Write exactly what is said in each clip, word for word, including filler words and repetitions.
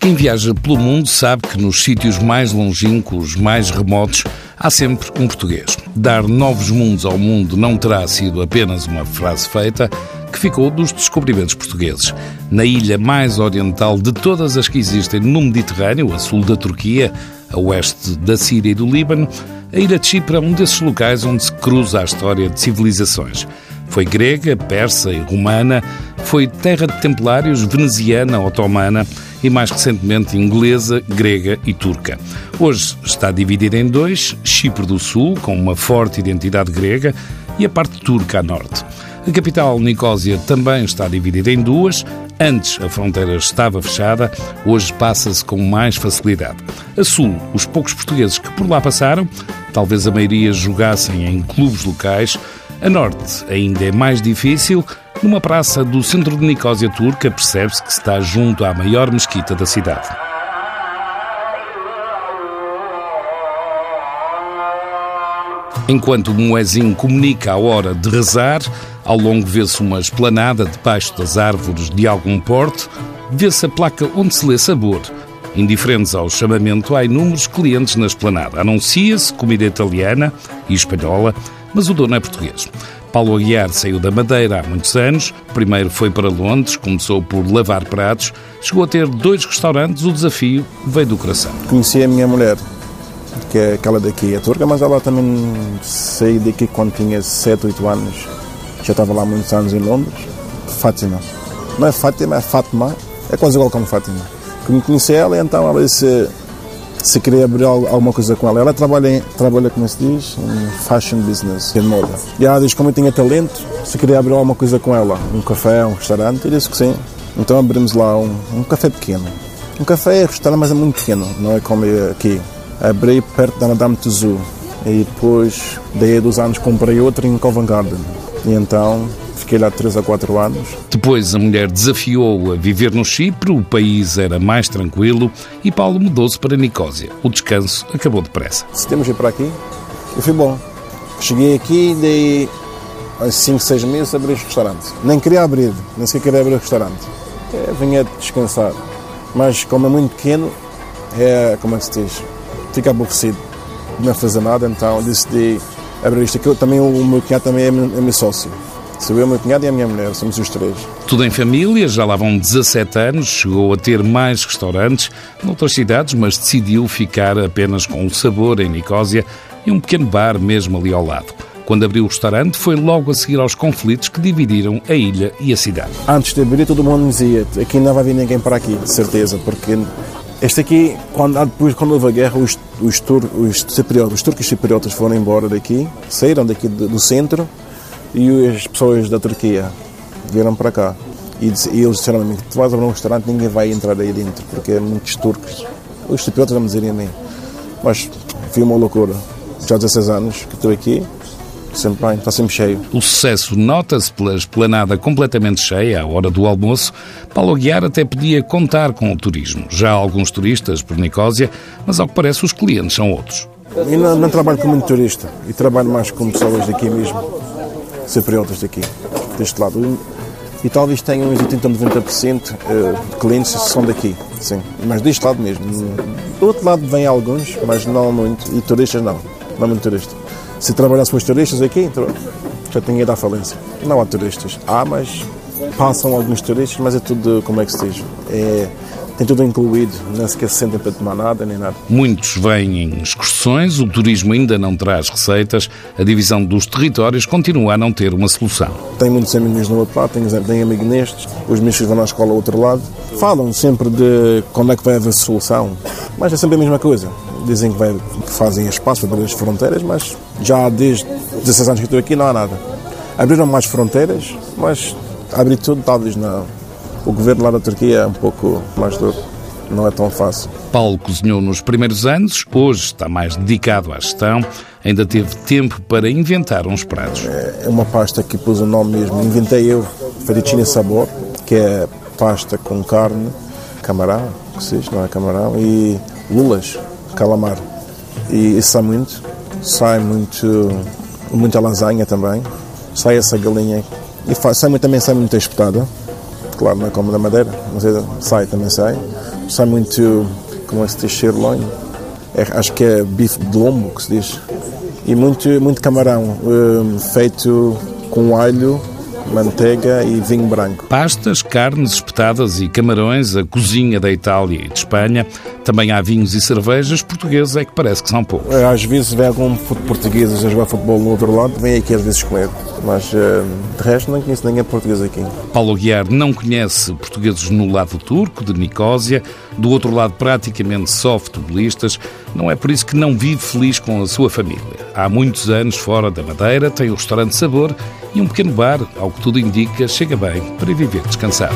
Quem viaja pelo mundo sabe que nos sítios mais longínquos, mais remotos, há sempre um português. Dar novos mundos ao mundo não terá sido apenas uma frase feita, que ficou dos descobrimentos portugueses. Na ilha mais oriental de todas as que existem no Mediterrâneo, a sul da Turquia, a oeste da Síria e do Líbano, a ilha de Chipre é um desses locais onde se cruza a história de civilizações. Foi grega, persa e romana, foi terra de templários, veneziana, otomana e, mais recentemente, inglesa, grega e turca. Hoje está dividida em dois, Chipre do Sul, com uma forte identidade grega, e a parte turca a norte. A capital, Nicósia, também está dividida em duas. Antes a fronteira estava fechada, hoje passa-se com mais facilidade. A sul, os poucos portugueses que por lá passaram, talvez a maioria jogassem em clubes locais. A norte ainda é mais difícil. Numa praça do centro de Nicósia turca, percebe-se que se está junto à maior mesquita da cidade. Enquanto o muezzin comunica a hora de rezar, ao longo vê-se uma esplanada debaixo das árvores de algum porte, vê-se a placa onde se lê sabor. Indiferentes ao chamamento, há inúmeros clientes na esplanada. Anuncia-se comida italiana e espanhola, mas o dono é português. Paulo Aguiar saiu da Madeira há muitos anos. Primeiro foi para Londres, começou por lavar pratos, chegou a ter dois restaurantes. O desafio veio do coração. Conheci a minha mulher, que é aquela daqui, a turca, mas ela também saiu daqui quando tinha sete, oito anos. Já estava lá há muitos anos em Londres. Fátima. Não é Fátima, é Fátima. É quase igual como Fátima. Como conheci ela, então ela disse se queria abrir alguma coisa com ela. Ela trabalha, trabalha como se diz, em fashion business, em moda. E ela diz como eu tinha talento, se queria abrir alguma coisa com ela. Um café, um restaurante. Eu disse que sim. Então abrimos lá um, um café pequeno. Um café é restaurante, mas é muito pequeno. Não é como aqui. Abri perto da Madame Tussauds. E depois, daí a dois anos, comprei outro em Covent Garden. E então fiquei lá três a quatro anos. Depois a mulher desafiou-o a viver no Chipre, o país era mais tranquilo e Paulo mudou-se para Nicósia. O descanso acabou depressa. Se temos de ir para aqui, e foi bom. Cheguei aqui e daí, há cinco, seis meses, abri este restaurante. Nem queria abrir, nem sequer queria abrir o restaurante. É, vinha descansar. Mas como é muito pequeno, é, como é que se diz, fica aborrecido. Não fazer nada, então decidi abrir isto aqui. Eu, também, o meu cunhado também é meu, é meu sócio. Sou eu, o meu cunhado e a minha mulher, somos os três. Tudo em família, já lá vão dezassete anos, chegou a ter mais restaurantes noutras cidades, mas decidiu ficar apenas com o sabor em Nicósia e um pequeno bar mesmo ali ao lado. Quando abriu o restaurante, foi logo a seguir aos conflitos que dividiram a ilha e a cidade. Antes de abrir, todo mundo dizia, aqui não vai vir ninguém para aqui, de certeza, porque este aqui, quando, depois, quando houve a guerra, os, os, tur, os, cipriotas, os turcos cipriotas foram embora daqui, saíram daqui do, do centro, e as pessoas da Turquia vieram para cá. E, e eles disseram a mim, tu vais abrir um restaurante, ninguém vai entrar aí dentro, porque é muitos turcos. Os cipriotas vão dizer a mim. Mas foi uma loucura. Já há dezesseis anos que estou aqui, sempre bem, está sempre cheio. O sucesso nota-se pela esplanada completamente cheia à hora do almoço. Paulo Aguiar até podia contar com o turismo. Já há alguns turistas por Nicósia, mas ao que parece os clientes são outros. Eu não, não trabalho com muito turista, e trabalho mais com pessoas daqui mesmo. Cipriotas daqui, deste lado. E talvez tenha uns oitenta a noventa por cento de clientes que são daqui, sim. Mas deste lado mesmo. Do outro lado vêm alguns, mas não muito. E turistas não, não há muito turista. Se trabalhasse com os turistas aqui, já tinha ido à falência. Não há turistas. Há, mas passam alguns turistas, mas é tudo, como é que se diz? É... Tem tudo incluído, não se sentem para tomar nada, nem nada. Muitos vêm em excursões, o turismo ainda não traz receitas, a divisão dos territórios continua a não ter uma solução. Tenho muitos amigos no outro lado, tenho, tenho amigos nestes, os meus filhos vão na escola ao outro lado. Falam sempre de quando é que vai haver solução, mas é sempre a mesma coisa. Dizem que, vai, que fazem espaço para abrir as fronteiras, mas já desde dezesseis anos que estou aqui não há nada. Abriram mais fronteiras, mas abrir tudo talvez não. O governo lá da Turquia é um pouco mais duro, não é tão fácil. Paulo cozinhou nos primeiros anos, hoje está mais dedicado à gestão, ainda teve tempo para inventar uns pratos. É uma pasta que pus o nome mesmo, inventei eu, fettuccine sabor, que é pasta com carne, camarão, que se diz, não é camarão, e lulas, calamar. E isso sai muito, sai muito, muita lasanha também, sai essa galinha, e sai, também sai muita espetada. Claro, não é como na Madeira, mas sai, também sai. sai muito, como é que se diz, sirloin? É, acho que é bife de lombo, que se diz. E muito, muito camarão, um, feito com alho, manteiga e vinho branco. Pastas, carnes espetadas e camarões, a cozinha da Itália e de Espanha. Também há vinhos e cervejas. Portugueses é que parece que são poucos. Às vezes vem algum português a jogar futebol no outro lado, vem aqui às vezes comer. Mas de resto não conheço ninguém português aqui. Paulo Aguiar não conhece portugueses no lado turco, de Nicósia. Do outro lado, praticamente só futebolistas. Não é por isso que não vive feliz com a sua família. Há muitos anos fora da Madeira, tem o restaurante Sabor e um pequeno bar, ao que tudo indica, chega bem para viver descansado.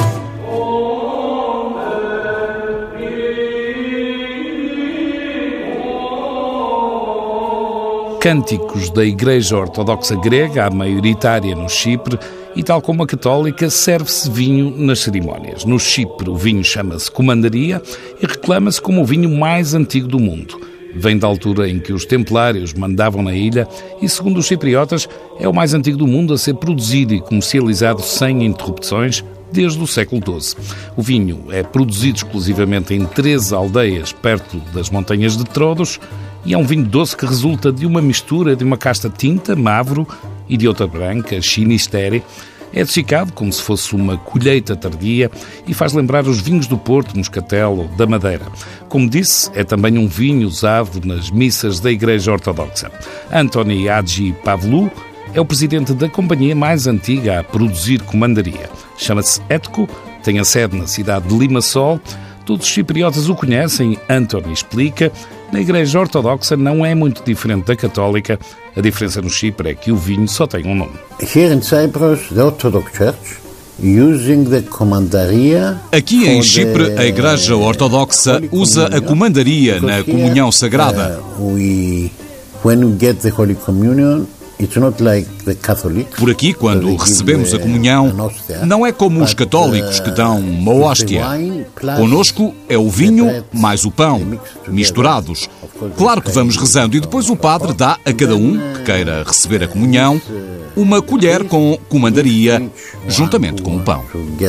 Cânticos da Igreja Ortodoxa Grega, a maioritária no Chipre, e tal como a católica, serve-se vinho nas cerimónias. No Chipre, o vinho chama-se comandaria e reclama-se como o vinho mais antigo do mundo. Vem da altura em que os templários mandavam na ilha e, segundo os cipriotas, é o mais antigo do mundo a ser produzido e comercializado sem interrupções desde o século doze. O vinho é produzido exclusivamente em treze aldeias perto das montanhas de Trodos e é um vinho doce que resulta de uma mistura de uma casta tinta, mavro, e de outra branca, Xinisteri. É dessicado como se fosse uma colheita tardia e faz lembrar os vinhos do Porto, Moscatel ou da Madeira. Como disse, é também um vinho usado nas missas da Igreja Ortodoxa. Antoni Hagi Pavlou é o presidente da companhia mais antiga a produzir comandaria. Chama-se Etco, tem a sede na cidade de Limassol. Todos os cipriotas o conhecem, Antoni explica. Na Igreja Ortodoxa não é muito diferente da católica. A diferença no Chipre é que o vinho só tem um nome. Here in Cyprus, the Orthodox Church, using the comandaria. Aqui em Chipre, a Igreja Ortodoxa usa a comandaria na comunhão sagrada. Uh, we, when we get the Holy Communion, it's not like the Catholics. Por aqui, quando recebemos a comunhão, não é como os católicos que dão uma hóstia. Conosco é o vinho mais o pão, misturados. Claro que vamos rezando e depois o padre dá a cada um que queira receber a comunhão uma colher com comandaria, juntamente com o pão.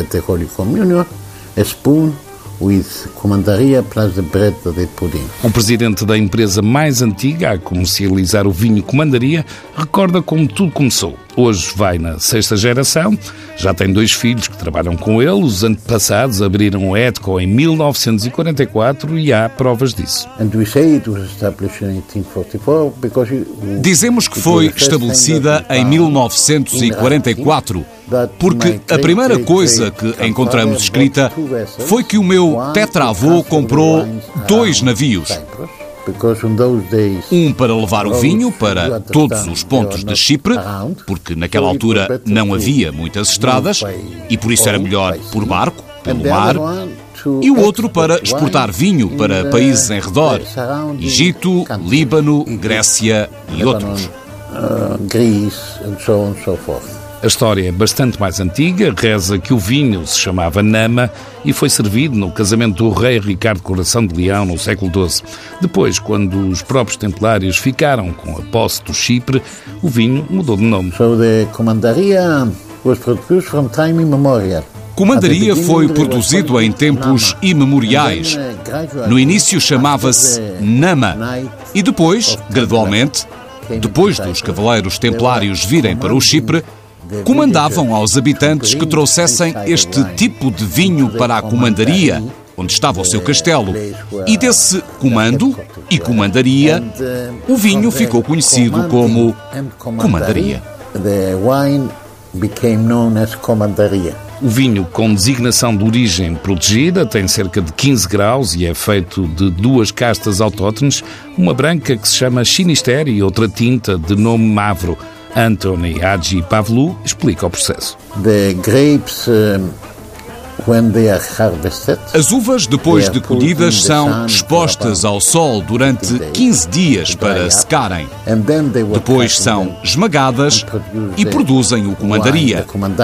With comandaria plus the bread that they put in. O presidente da empresa mais antiga a comercializar o vinho Comandaria recorda como tudo começou. Hoje vai na sexta geração, já tem dois filhos que trabalham com ele. Os antepassados abriram o Etco em mil novecentos e quarenta e quatro e há provas disso. Dizemos que foi estabelecida em mil novecentos e quarenta e quatro, porque a primeira coisa que encontramos escrita foi que o meu tetravô comprou dois navios. Um para levar o vinho para todos os pontos de Chipre, porque naquela altura não havia muitas estradas e por isso era melhor por barco, pelo mar, e o outro para exportar vinho para países em redor, Egito, Líbano, Grécia e outros. A história é bastante mais antiga, reza que o vinho se chamava Nama e foi servido no casamento do rei Ricardo Coração de Leão no século doze. Depois, quando os próprios templários ficaram com a posse do Chipre, o vinho mudou de nome. So the comandaria was produced from time immemorial. Comandaria foi produzido em tempos imemoriais. No início chamava-se Nama e depois, gradualmente, depois dos cavaleiros templários virem para o Chipre, comandavam aos habitantes que trouxessem este tipo de vinho para a comandaria, onde estava o seu castelo. E desse comando e comandaria, o vinho ficou conhecido como comandaria. O vinho, com designação de origem protegida, tem cerca de quinze graus e é feito de duas castas autóctones, uma branca que se chama Xinisteri e outra tinta de nome Mavro. Antoni Hagi Pavlou explica o processo. The grapes, um, when they are harvested, as uvas, depois de colhidas, são expostas ao sol durante quinze dias para secarem. Depois são esmagadas e produzem o comandaria.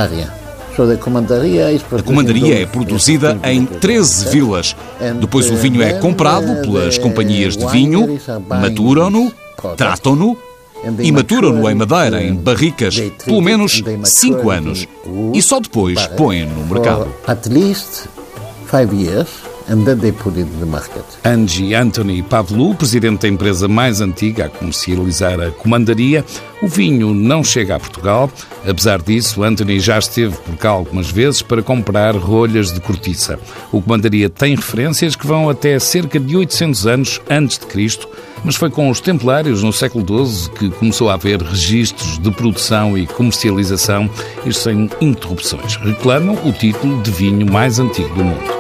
A comandaria é produzida em treze vilas. Depois o vinho é comprado pelas companhias de vinho, maturam-no, tratam-no e maturam-no em madeira, em barricas, pelo menos cinco anos. E só depois põem-no no mercado. At least five years and then they put it in the market. Angie Anthony Pavlou, presidente da empresa mais antiga a comercializar a comandaria, o vinho não chega a Portugal. Apesar disso, Anthony já esteve por cá algumas vezes para comprar rolhas de cortiça. O comandaria tem referências que vão até cerca de oitocentos anos antes de Cristo, mas foi com os templários no século doze que começou a haver registros de produção e comercialização, isto sem interrupções. Reclamam o título de vinho mais antigo do mundo.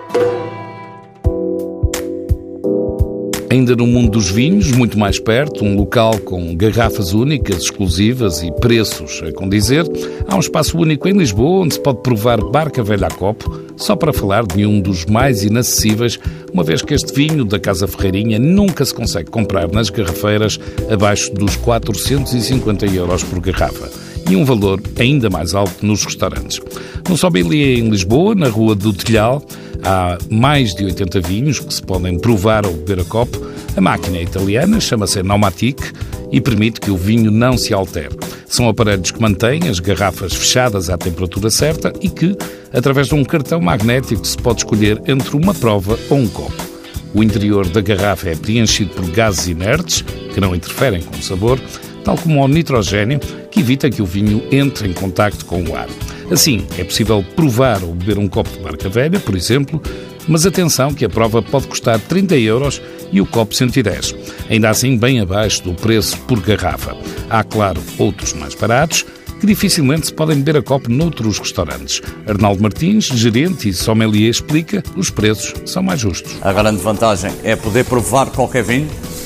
Ainda no mundo dos vinhos, muito mais perto, um local com garrafas únicas, exclusivas e preços a condizer, há um espaço único em Lisboa onde se pode provar Barca Velha a copo, só para falar de um dos mais inacessíveis, uma vez que este vinho da Casa Ferreirinha nunca se consegue comprar nas garrafeiras abaixo dos quatrocentos e cinquenta euros por garrafa. E um valor ainda mais alto nos restaurantes. No Sommelier em Lisboa, na Rua do Telhal, há mais de oitenta vinhos que se podem provar ou beber a copo. A máquina é italiana, chama-se Pneumatic e permite que o vinho não se altere. São aparelhos que mantêm as garrafas fechadas à temperatura certa e que, através de um cartão magnético, se pode escolher entre uma prova ou um copo. O interior da garrafa é preenchido por gases inertes, que não interferem com o sabor, tal como o nitrogênio, que evita que o vinho entre em contacto com o ar. Assim, é possível provar ou beber um copo de Barca Velha, por exemplo, mas atenção que a prova pode custar trinta euros e o copo cento e dez. Ainda assim, bem abaixo do preço por garrafa. Há, claro, outros mais baratos, que dificilmente se podem beber a copo noutros restaurantes. Arnaldo Martins, gerente e sommelier, explica, os preços são mais justos. A grande vantagem é poder provar qualquer vinho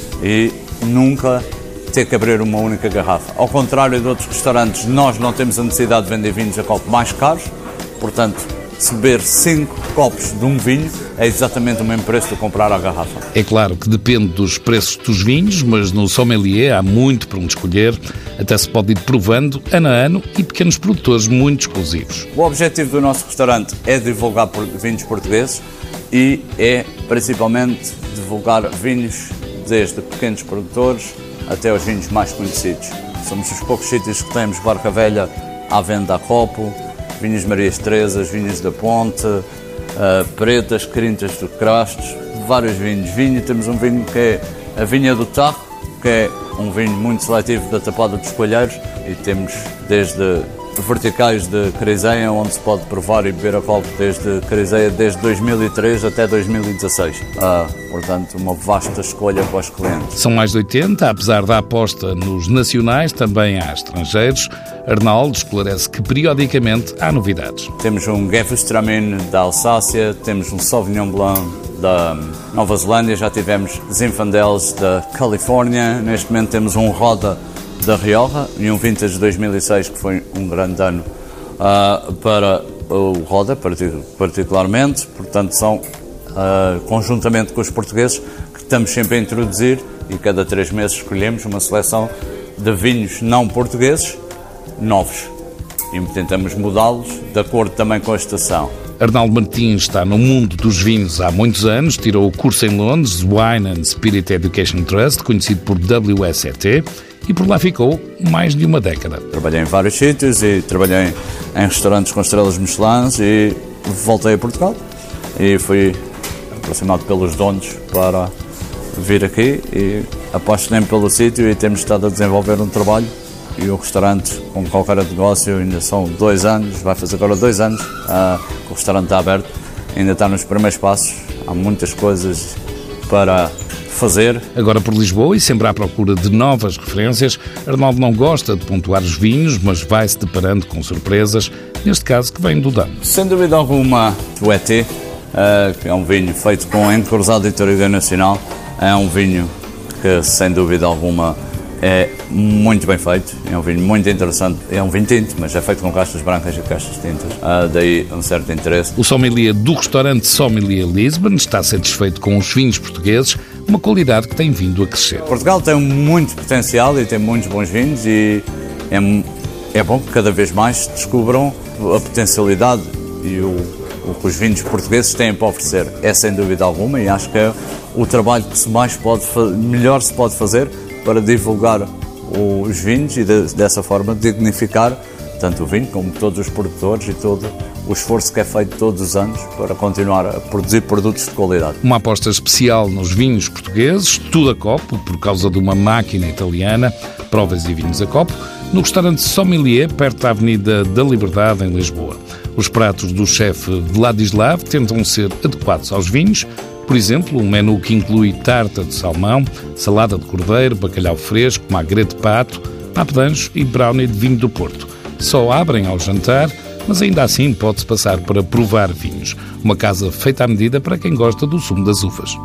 e nunca ter que abrir uma única garrafa. Ao contrário de outros restaurantes, nós não temos a necessidade de vender vinhos a copo mais caros, portanto, se beber cinco copos de um vinho é exatamente o mesmo preço de comprar a garrafa. É claro que depende dos preços dos vinhos, mas no sommelier há muito para onde escolher, até se pode ir provando ano a ano e pequenos produtores muito exclusivos. O objetivo do nosso restaurante é divulgar vinhos portugueses e é principalmente divulgar vinhos desde pequenos produtores até os vinhos mais conhecidos. Somos os poucos sítios que temos Barca Velha à venda a copo, vinhos Marias Terezas, vinhos da Ponte, uh, Pretas, Crintas do Crastos, vários vinhos. Vinho, temos um vinho que é a Vinha do Tarro, que é um vinho muito seletivo da Tapada dos Coelheiros, e temos desde verticais de Carizeia, onde se pode provar e beber a copo desde Carizeia desde dois mil e três até dois mil e dezasseis. Ah, portanto, uma vasta escolha para os clientes. São mais de oitenta, apesar da aposta nos nacionais, também há estrangeiros. Arnaldo esclarece que periodicamente há novidades. Temos um Gewürztraminer da Alsácia, temos um Sauvignon Blanc da Nova Zelândia, já tivemos Zinfandels da Califórnia, neste momento temos um Roda da Rioja e um Vintage de dois mil e seis, que foi um grande ano uh, para o Roda, particularmente. Portanto, são, uh, conjuntamente com os portugueses, que estamos sempre a introduzir, e cada três meses escolhemos uma seleção de vinhos não portugueses novos e tentamos mudá-los de acordo também com a estação. Arnaldo Martins está no mundo dos vinhos há muitos anos, tirou o curso em Londres, Wine and Spirit Education Trust, conhecido por W S E T, e por lá ficou mais de uma década. Trabalhei em vários sítios e trabalhei em restaurantes com estrelas Michelin e voltei a Portugal e fui aproximado pelos donos para vir aqui e apaixonei-me pelo sítio e temos estado a desenvolver um trabalho. E o restaurante, como qualquer negócio, ainda são dois anos, vai fazer agora dois anos uh, que o restaurante está aberto, ainda está nos primeiros passos, há muitas coisas para fazer. Agora por Lisboa e sempre à procura de novas referências, Arnaldo não gosta de pontuar os vinhos, mas vai-se deparando com surpresas, neste caso que vem do Dano. Sem dúvida alguma, o E T, uh, que é um vinho feito com Encruzado de Touriga Nacional, é um vinho que sem dúvida alguma é muito bem feito, é um vinho muito interessante, é um vinho tinto, mas é feito com castas brancas e castas tintas, ah, daí um certo interesse. O sommelier do restaurante Sommelier Lisbon está satisfeito com os vinhos portugueses, uma qualidade que tem vindo a crescer. Portugal tem muito potencial e tem muitos bons vinhos e é, é bom que cada vez mais descubram a potencialidade e o, o que os vinhos portugueses têm para oferecer, é sem dúvida alguma, e acho que é o trabalho que se mais pode, melhor se pode fazer para divulgar os vinhos e de, dessa forma dignificar tanto o vinho como todos os produtores e todo o esforço que é feito todos os anos para continuar a produzir produtos de qualidade. Uma aposta especial nos vinhos portugueses, tudo a copo, por causa de uma máquina italiana, provas e vinhos a copo, no restaurante Sommelier, perto da Avenida da Liberdade, em Lisboa. Os pratos do chefe Vladislav tentam ser adequados aos vinhos. Por exemplo, um menu que inclui tarta de salmão, salada de cordeiro, bacalhau fresco, magre de pato, papo de anjo e brownie de vinho do Porto. Só abrem ao jantar, mas ainda assim pode-se passar para provar vinhos. Uma casa feita à medida para quem gosta do sumo das uvas.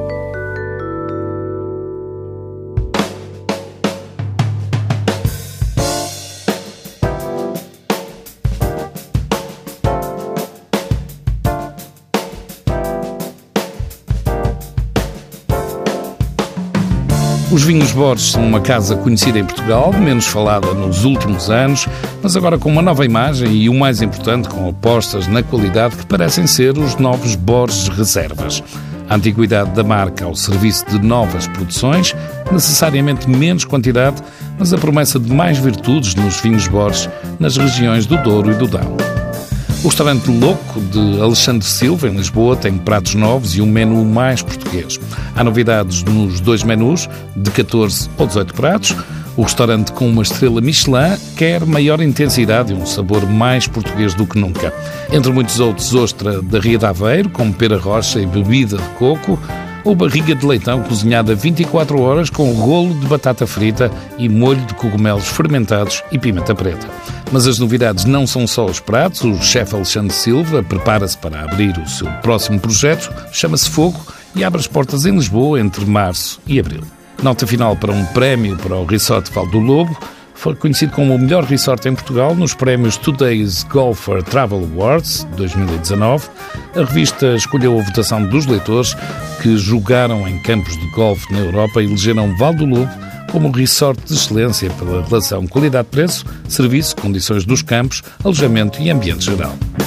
Os vinhos Borges são uma casa conhecida em Portugal, menos falada nos últimos anos, mas agora com uma nova imagem e, o mais importante, com apostas na qualidade que parecem ser os novos Borges Reservas. A antiguidade da marca ao serviço de novas produções, necessariamente menos quantidade, mas a promessa de mais virtudes nos vinhos Borges nas regiões do Douro e do Dão. O restaurante Louco, de Alexandre Silva, em Lisboa, tem pratos novos e um menu mais português. Há novidades nos dois menus, de catorze ou dezoito pratos. O restaurante, com uma estrela Michelin, quer maior intensidade e um sabor mais português do que nunca. Entre muitos outros, ostra da Ria de Aveiro, com pera rocha e bebida de coco, ou barriga de leitão cozinhada vinte e quatro horas com rolo de batata frita e molho de cogumelos fermentados e pimenta preta. Mas as novidades não são só os pratos. O chefe Alexandre Silva prepara-se para abrir o seu próximo projeto, chama-se Fogo, e abre as portas em Lisboa entre março e abril. Nota final para um prémio para o Resort Val do Lobo. Foi conhecido como o melhor resort em Portugal nos prémios Today's Golfer Travel Awards dois mil e dezanove. A revista escolheu a votação dos leitores que jogaram em campos de golfe na Europa e elegeram Val do Lobo como um resort de excelência pela relação qualidade-preço, serviço, condições dos campos, alojamento e ambiente geral.